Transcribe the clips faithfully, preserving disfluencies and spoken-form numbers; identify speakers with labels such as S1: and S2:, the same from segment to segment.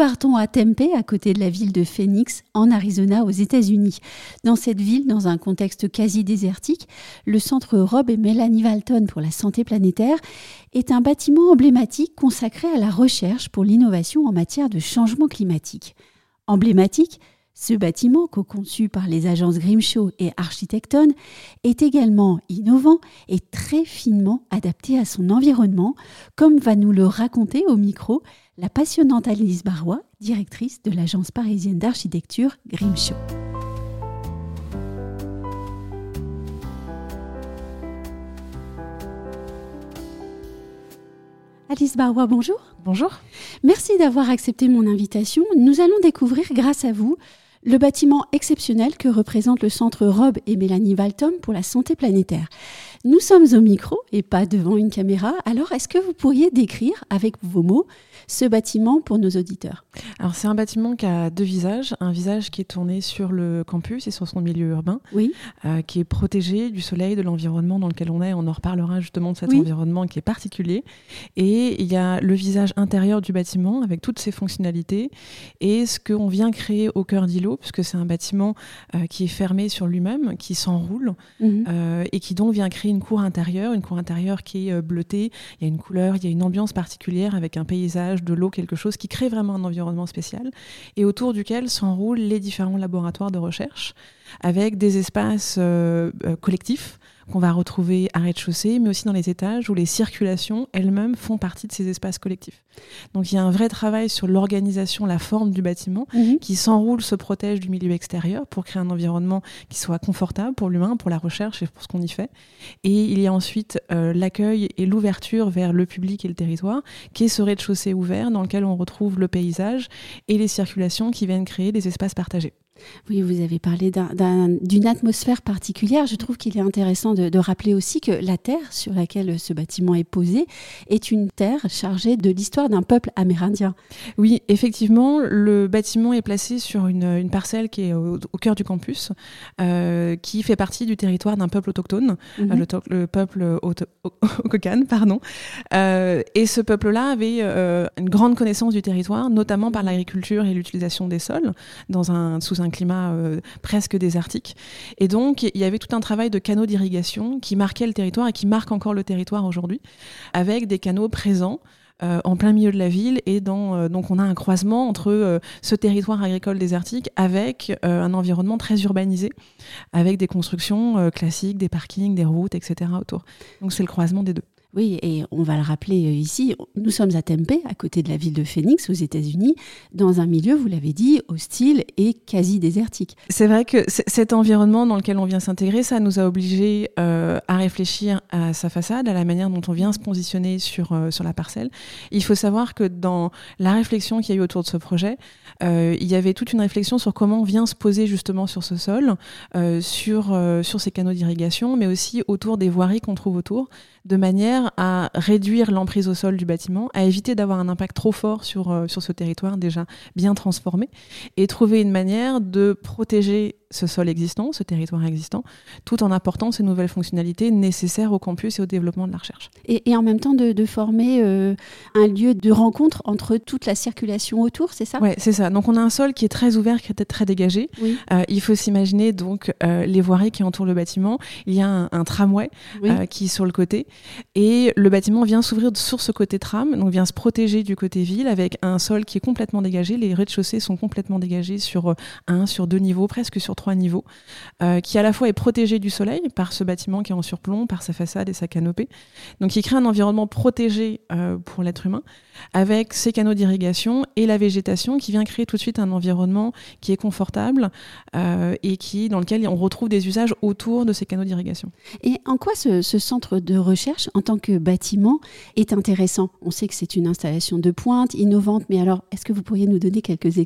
S1: partons à Tempe, à côté de la ville de Phoenix, en Arizona, aux États-Unis. Dans cette ville, dans un contexte quasi désertique, le centre Rob et Melanie Walton pour la santé planétaire est un bâtiment emblématique consacré à la recherche pour l'innovation en matière de changement climatique. Emblématique, ce bâtiment, co-conçu par les agences Grimshaw et Architecton, est également innovant et très finement adapté à son environnement, comme va nous le raconter au micro la passionnante Alice Barrois, directrice de l'agence parisienne d'architecture Grimshaw. Alice Barrois, bonjour.
S2: Bonjour.
S1: Merci d'avoir accepté mon invitation. Nous allons découvrir, grâce à vous, le bâtiment exceptionnel que représente le centre Rob et Melanie Walton pour la santé planétaire. Nous sommes au micro et pas devant une caméra. Alors, est-ce que vous pourriez décrire, avec vos mots, ce bâtiment pour nos auditeurs ?
S2: Alors, c'est un bâtiment qui a deux visages. Un visage qui est tourné sur le campus et sur son milieu urbain,
S1: oui.
S2: euh, qui est protégé du soleil, de l'environnement dans lequel on est. On en reparlera justement de cet
S1: oui.
S2: environnement qui est particulier. Et il y a le visage intérieur du bâtiment avec toutes ses fonctionnalités et ce qu'on vient créer au cœur d'îlot, puisque c'est un bâtiment euh, qui est fermé sur lui-même, qui s'enroule mmh. euh, et qui donc vient créer une cour intérieure, une cour intérieure qui est euh, bleutée. Il y a une couleur, il y a une ambiance particulière avec un paysage, de l'eau, quelque chose qui crée vraiment un environnement spécial et autour duquel s'enroulent les différents laboratoires de recherche avec des espaces euh, euh, collectifs qu'on va retrouver à rez-de-chaussée, mais aussi dans les étages où les circulations elles-mêmes font partie de ces espaces collectifs. Donc il y a un vrai travail sur l'organisation, la forme du bâtiment mmh. qui s'enroule, se protège du milieu extérieur pour créer un environnement qui soit confortable pour l'humain, pour la recherche et pour ce qu'on y fait. Et il y a ensuite euh, l'accueil et l'ouverture vers le public et le territoire, qui est ce rez-de-chaussée ouvert dans lequel on retrouve le paysage et les circulations qui viennent créer des espaces partagés.
S1: Oui, vous avez parlé d'un, d'un, d'une atmosphère particulière. Je trouve qu'il est intéressant de, de rappeler aussi que la terre sur laquelle ce bâtiment est posé est une terre chargée de l'histoire d'un peuple amérindien.
S2: Oui, effectivement, le bâtiment est placé sur une, une parcelle qui est au, au cœur du campus, euh, qui fait partie du territoire d'un peuple autochtone, mm-hmm. euh, le, to- le peuple Hokokan, pardon. Euh, et ce peuple-là avait euh, une grande connaissance du territoire, notamment par l'agriculture et l'utilisation des sols, dans un, sous un climat euh, presque désertique. Et donc, il y avait tout un travail de canaux d'irrigation qui marquait le territoire et qui marque encore le territoire aujourd'hui, avec des canaux présents euh, en plein milieu de la ville. Et dans, euh, donc, on a un croisement entre euh, ce territoire agricole désertique avec euh, un environnement très urbanisé, avec des constructions euh, classiques, des parkings, des routes, et cetera autour. Donc, c'est le croisement des deux.
S1: Oui, et on va le rappeler ici, nous sommes à Tempe, à côté de la ville de Phoenix, aux États-Unis, dans un milieu, vous l'avez dit, hostile et quasi désertique.
S2: C'est vrai que c- cet environnement dans lequel on vient s'intégrer, ça nous a obligés euh, à réfléchir à sa façade, à la manière dont on vient se positionner sur, euh, sur la parcelle. Il faut savoir que dans la réflexion qu'il y a eu autour de ce projet, euh, il y avait toute une réflexion sur comment on vient se poser justement sur ce sol, euh, sur, euh, sur ces canaux d'irrigation, mais aussi autour des voiries qu'on trouve autour, de manière à réduire l'emprise au sol du bâtiment, à éviter d'avoir un impact trop fort sur, euh, sur ce territoire déjà bien transformé, et trouver une manière de protéger ce sol existant, ce territoire existant, tout en apportant ces nouvelles fonctionnalités nécessaires au campus et au développement de la recherche.
S1: Et, et en même temps de, de former euh, un lieu de rencontre entre toute la circulation autour, c'est ça ?
S2: Oui, c'est ça. Donc on a un sol qui est très ouvert, qui est très dégagé. Oui. Euh, il faut s'imaginer donc euh, les voiries qui entourent le bâtiment. Il y a un, un tramway oui. euh, qui est sur le côté. Et le bâtiment vient s'ouvrir sur ce côté tram, donc vient se protéger du côté ville avec un sol qui est complètement dégagé. Les rez-de-chaussée sont complètement dégagés sur un, sur deux niveaux, presque sur trois niveaux, euh, qui à la fois est protégé du soleil par ce bâtiment qui est en surplomb, par sa façade et sa canopée. Donc il crée un environnement protégé euh, pour l'être humain, avec ses canaux d'irrigation et la végétation qui vient créer tout de suite un environnement qui est confortable euh, et qui, dans lequel on retrouve des usages autour de ces canaux d'irrigation.
S1: Et en quoi ce, ce centre de recherche, en tant que bâtiment, est intéressant ? On sait que c'est une installation de pointe, innovante, mais alors, est-ce que vous pourriez nous donner quelques exemples ?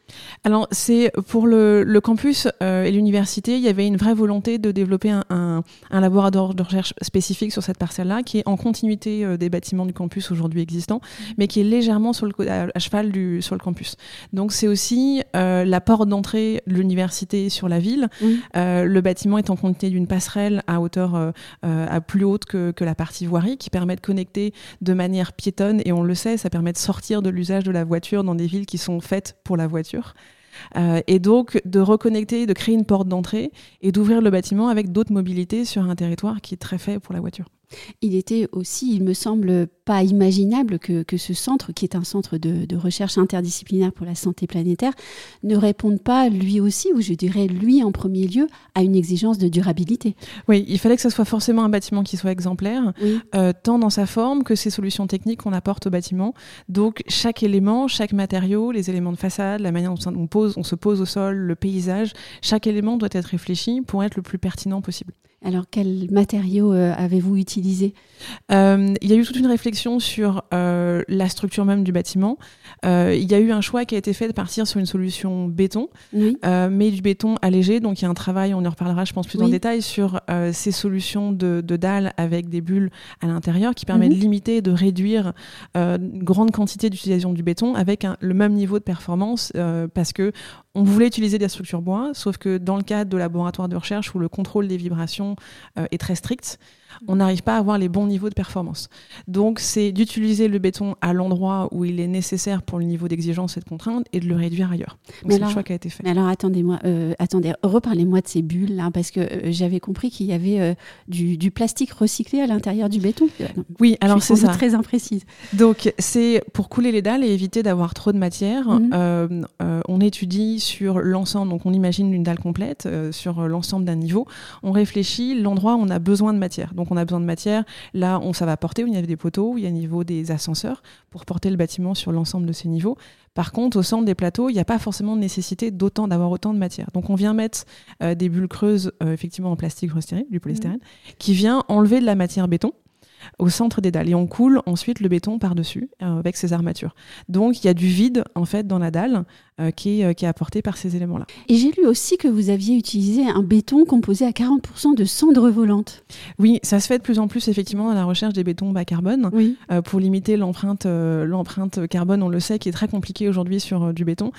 S2: Alors, c'est pour le, le campus euh, et l'université, il y avait une vraie volonté de développer un, un, un laboratoire de recherche spécifique sur cette parcelle-là, qui est en continuité euh, des bâtiments du campus aujourd'hui existants, mmh. mais qui est légèrement sur le, à, à cheval du, sur le campus. Donc, c'est aussi euh, la porte d'entrée de l'université sur la ville. Mmh. Euh, le bâtiment est en continuité d'une passerelle à hauteur euh, euh, à plus haute que, que la partie voirie, qui permet de connecter de manière piétonne, et on le sait, ça permet de sortir de l'usage de la voiture dans des villes qui sont faites pour la voiture. Euh, et donc de reconnecter, de créer une porte d'entrée et d'ouvrir le bâtiment avec d'autres mobilités sur un territoire qui est très fait pour la voiture.
S1: Il était aussi, il me semble, pas imaginable que, que ce centre, qui est un centre de, de recherche interdisciplinaire pour la santé planétaire, ne réponde pas lui aussi, ou je dirais lui en premier lieu, à une exigence de durabilité.
S2: Oui, il fallait que ce soit forcément un bâtiment qui soit exemplaire, oui. euh, tant dans sa forme que ses solutions techniques qu'on apporte au bâtiment. Donc chaque élément, chaque matériau, les éléments de façade, la manière dont on, pose, on se pose au sol, le paysage, chaque élément doit être réfléchi pour être le plus pertinent possible.
S1: Alors, quels matériaux euh, avez-vous utilisés ?
S2: euh, Il y a eu toute une réflexion sur euh, la structure même du bâtiment. Euh, il y a eu un choix qui a été fait de partir sur une solution béton, oui. euh, mais du béton allégé. Donc, il y a un travail, on y reparlera, je pense, plus oui. en détail, sur euh, ces solutions de, de dalles avec des bulles à l'intérieur qui permettent mmh. de limiter et de réduire euh, une grande quantité d'utilisation du béton avec un, le même niveau de performance euh, parce que on voulait utiliser des structures bois, sauf que dans le cadre de laboratoires de recherche où le contrôle des vibrations euh, est très strict, on n'arrive pas à avoir les bons niveaux de performance. Donc, c'est d'utiliser le béton à l'endroit où il est nécessaire pour le niveau d'exigence et de contrainte et de le réduire ailleurs. Donc, mais c'est alors, le choix qui a été fait.
S1: Mais alors, attendez-moi, euh, attendez, reparlez-moi de ces bulles, là, parce que euh, j'avais compris qu'il y avait euh, du, du plastique recyclé à l'intérieur du béton.
S2: Oui, alors c'est ça.
S1: Très imprécise.
S2: Donc, c'est pour couler les dalles et éviter d'avoir trop de matière. Mm-hmm. Euh, euh, on étudie sur l'ensemble, donc on imagine une dalle complète euh, sur l'ensemble d'un niveau. On réfléchit l'endroit où on a besoin de matière. Donc, on a besoin de matière. Là, on, ça va porter où il y a des poteaux, où il y a le niveau des ascenseurs pour porter le bâtiment sur l'ensemble de ces niveaux. Par contre, au centre des plateaux, il n'y a pas forcément de nécessité d'autant, d'avoir autant de matière. Donc, on vient mettre euh, des bulles creuses, euh, effectivement en plastique restyrène, du polystyrène, mmh. qui vient enlever de la matière béton au centre des dalles. Et on coule ensuite le béton par-dessus euh, avec ces armatures. Donc, il y a du vide, en fait, dans la dalle euh, qui, est, euh, qui est apporté par ces éléments-là.
S1: Et j'ai lu aussi que vous aviez utilisé un béton composé à quarante pour cent de cendres volantes.
S2: Oui, ça se fait de plus en plus, effectivement, dans la recherche des bétons bas carbone oui. euh, pour limiter l'empreinte, euh, l'empreinte carbone, on le sait, qui est très compliquée aujourd'hui sur euh, du béton.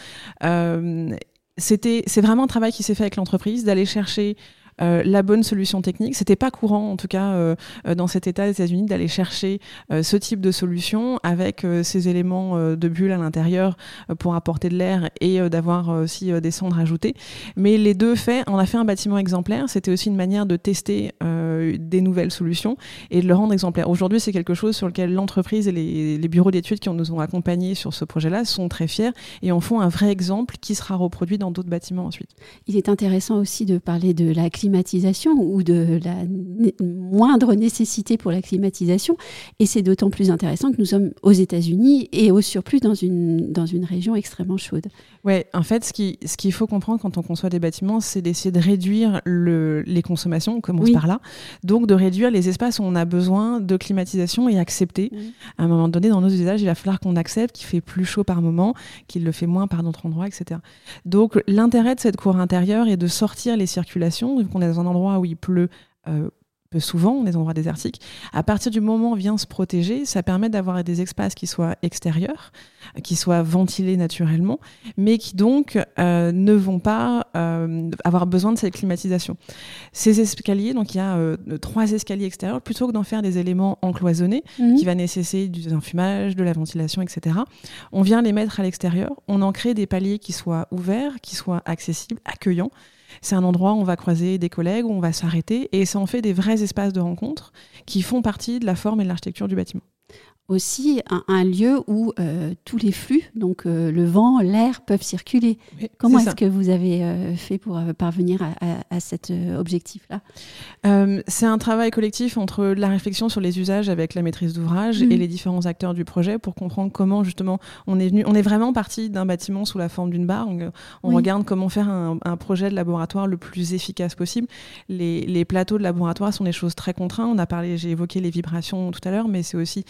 S2: Euh, c'était, c'est vraiment un travail qui s'est fait avec l'entreprise, d'aller chercher Euh, la bonne solution technique. C'était pas courant, en tout cas, euh, dans cet État des États-Unis, d'aller chercher euh, ce type de solution avec euh, ces éléments euh, de bulles à l'intérieur euh, pour apporter de l'air et euh, d'avoir euh, aussi euh, des cendres ajoutées. Mais les deux faits, on a fait un bâtiment exemplaire. C'était aussi une manière de tester euh, des nouvelles solutions et de le rendre exemplaire. Aujourd'hui, c'est quelque chose sur lequel l'entreprise et les, les bureaux d'études qui nous ont accompagnés sur ce projet-là sont très fiers et en font un vrai exemple qui sera reproduit dans d'autres bâtiments ensuite.
S1: Il est intéressant aussi de parler de la climatisation ou de la né- moindre nécessité pour la climatisation. Et c'est d'autant plus intéressant que nous sommes aux États-Unis et au surplus dans une, dans une région extrêmement chaude.
S2: Oui, en fait, ce, qui, ce qu'il faut comprendre quand on conçoit des bâtiments, c'est d'essayer de réduire le, les consommations, on commence oui. par là. Donc, de réduire les espaces où on a besoin de climatisation et accepter. Oui. À un moment donné, dans nos usages, il va falloir qu'on accepte qu'il fait plus chaud par moment, qu'il le fait moins par d'autres endroits, et cetera. Donc, l'intérêt de cette cour intérieure est de sortir les circulations, vu qu'on est dans un endroit où il pleut euh, peu souvent, des endroits désertiques. À partir du moment où on vient se protéger, ça permet d'avoir des espaces qui soient extérieurs, qui soient ventilés naturellement, mais qui donc euh, ne vont pas euh, avoir besoin de cette climatisation. Ces escaliers, donc il y a euh, trois escaliers extérieurs, plutôt que d'en faire des éléments encloisonnés, mmh. qui va nécessiter du enfumage, de la ventilation, et cetera. On vient les mettre à l'extérieur, on en crée des paliers qui soient ouverts, qui soient accessibles, accueillants. C'est un endroit où on va croiser des collègues, où on va s'arrêter, et ça en fait des vrais espaces de rencontre qui font partie de la forme et de l'architecture du bâtiment.
S1: Aussi un, un lieu où euh, tous les flux, donc euh, le vent, l'air, peuvent circuler. Oui, Comment est-ce ça. que vous avez euh, fait pour euh, parvenir à, à, à cet euh, objectif-là ?
S2: euh, C'est un travail collectif entre la réflexion sur les usages avec la maîtrise d'ouvrage mmh. et les différents acteurs du projet pour comprendre comment justement on est venu. On est vraiment parti d'un bâtiment sous la forme d'une barre. On, on oui. regarde comment faire un, un projet de laboratoire le plus efficace possible. Les, les plateaux de laboratoire sont des choses très contraintes. On a parlé, j'ai évoqué les vibrations tout à l'heure, mais c'est aussi très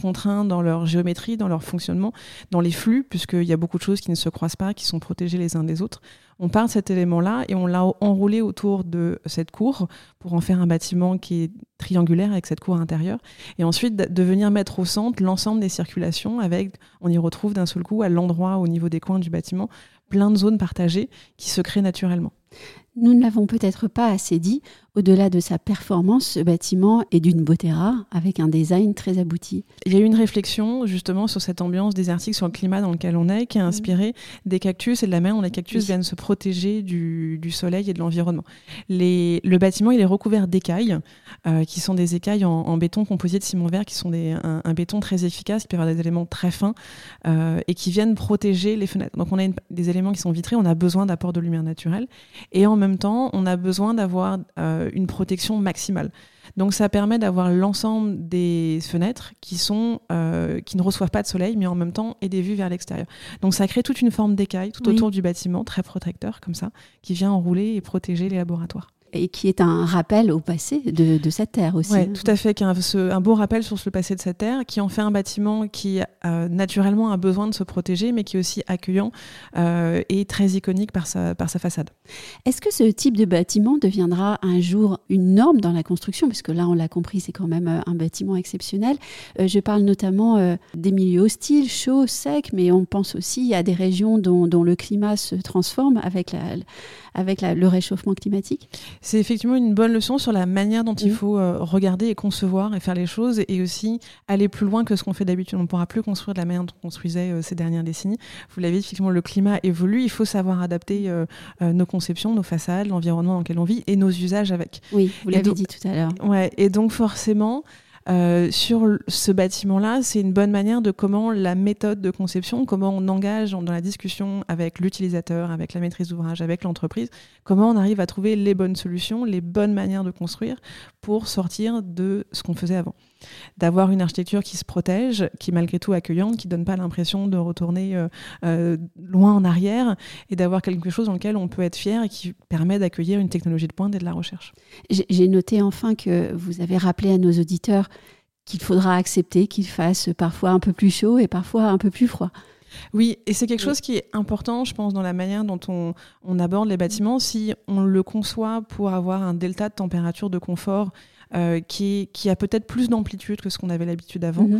S2: contraints dans leur géométrie, dans leur fonctionnement, dans les flux, puisqu'il y a beaucoup de choses qui ne se croisent pas, qui sont protégées les uns des autres. On part de cet élément-là et on l'a enroulé autour de cette cour pour en faire un bâtiment qui est triangulaire avec cette cour intérieure. Et ensuite, de venir mettre au centre l'ensemble des circulations avec, on y retrouve d'un seul coup, à l'endroit, au niveau des coins du bâtiment, plein de zones partagées qui se créent naturellement.
S1: Nous ne l'avons peut-être pas assez dit, au-delà de sa performance, ce bâtiment est d'une beauté rare, avec un design très abouti.
S2: Il y a eu une réflexion justement sur cette ambiance désertique, sur le climat dans lequel on est, qui a inspiré mmh. des cactus et de la manière dont les cactus oui. viennent se protéger du, du soleil et de l'environnement. Les, le bâtiment, il est recouvert d'écailles, euh, qui sont des écailles en, en béton composé de ciment vert, qui sont des, un, un béton très efficace, qui peut avoir des éléments très fins euh, et qui viennent protéger les fenêtres. Donc on a une, des éléments qui sont vitrés, on a besoin d'apport de lumière naturelle et en même temps, on a besoin d'avoir euh, une protection maximale. Donc ça permet d'avoir l'ensemble des fenêtres qui, sont, euh, qui ne reçoivent pas de soleil, mais en même temps et des vues vers l'extérieur. Donc ça crée toute une forme d'écaille tout oui. autour du bâtiment, très protecteur comme ça, qui vient enrouler et protéger les laboratoires.
S1: Et qui est un rappel au passé de, de cette terre aussi.
S2: Oui, tout à fait, qui est un, ce, un beau rappel sur le passé de cette terre, qui en fait un bâtiment qui euh, naturellement a besoin de se protéger, mais qui est aussi accueillant euh, et très iconique par sa, par sa façade.
S1: Est-ce que ce type de bâtiment deviendra un jour une norme dans la construction ? Parce que là, on l'a compris, c'est quand même un bâtiment exceptionnel. Euh, je parle notamment euh, des milieux hostiles, chauds, secs, mais on pense aussi à des régions dont, dont le climat se transforme avec, la, avec la, le réchauffement climatique.
S2: C'est effectivement une bonne leçon sur la manière dont il faut euh, regarder et concevoir et faire les choses et aussi aller plus loin que ce qu'on fait d'habitude. On ne pourra plus construire de la manière dont on construisait euh, ces dernières décennies. Vous l'avez dit, effectivement, le climat évolue. Il faut savoir adapter euh, euh, nos conceptions, nos façades, l'environnement dans lequel on vit et nos usages avec.
S1: Oui, vous l'avez dit tout à l'heure.
S2: Ouais, et donc forcément... Euh, sur ce bâtiment-là, c'est une bonne manière de comment la méthode de conception, comment on engage dans la discussion avec l'utilisateur, avec la maîtrise d'ouvrage, avec l'entreprise, comment on arrive à trouver les bonnes solutions, les bonnes manières de construire pour sortir de ce qu'on faisait avant. D'avoir une architecture qui se protège, qui est malgré tout accueillante, qui ne donne pas l'impression de retourner euh, euh, loin en arrière et d'avoir quelque chose dans lequel on peut être fier et qui permet d'accueillir une technologie de pointe et de la recherche.
S1: J'ai noté enfin que vous avez rappelé à nos auditeurs qu'il faudra accepter qu'il fasse parfois un peu plus chaud et parfois un peu plus froid.
S2: Oui, et c'est quelque chose qui est important, je pense, dans la manière dont on, on aborde les bâtiments. Si on le conçoit pour avoir un delta de température de confort euh, qui, qui a peut-être plus d'amplitude que ce qu'on avait l'habitude avant, mmh.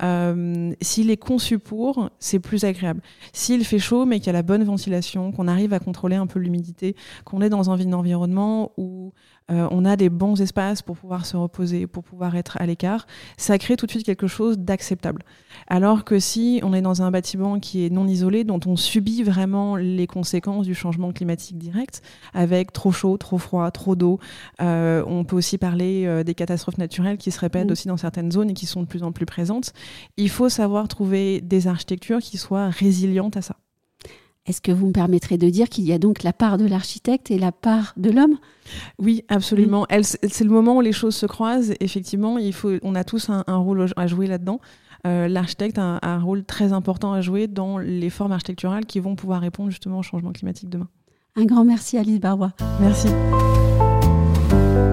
S2: euh, s'il est conçu pour, c'est plus agréable. S'il fait chaud, mais qu'il y a la bonne ventilation, qu'on arrive à contrôler un peu l'humidité, qu'on est dans un environnement où euh, on a des bons espaces pour pouvoir se reposer, pour pouvoir être à l'écart, ça crée tout de suite quelque chose d'acceptable. Alors que si on est dans un bâtiment qui est non isolé, dont on subit vraiment les conséquences du changement climatique direct, avec trop chaud, trop froid, trop d'eau, euh, on peut aussi parler euh, des catastrophes naturelles qui se répètent mmh. aussi dans certaines zones et qui sont de plus en plus présentes. Il faut savoir trouver des architectures qui soient résilientes à ça.
S1: Est-ce que vous me permettrez de dire qu'il y a donc la part de l'architecte et la part de l'homme ?
S2: Oui, absolument. Elle, c'est le moment où les choses se croisent. Effectivement, il faut, on a tous un, un rôle à jouer là-dedans. Euh, l'architecte a un, a un rôle très important à jouer dans les formes architecturales qui vont pouvoir répondre justement au changement climatique demain.
S1: Un grand merci Alice Barbois.
S2: Merci.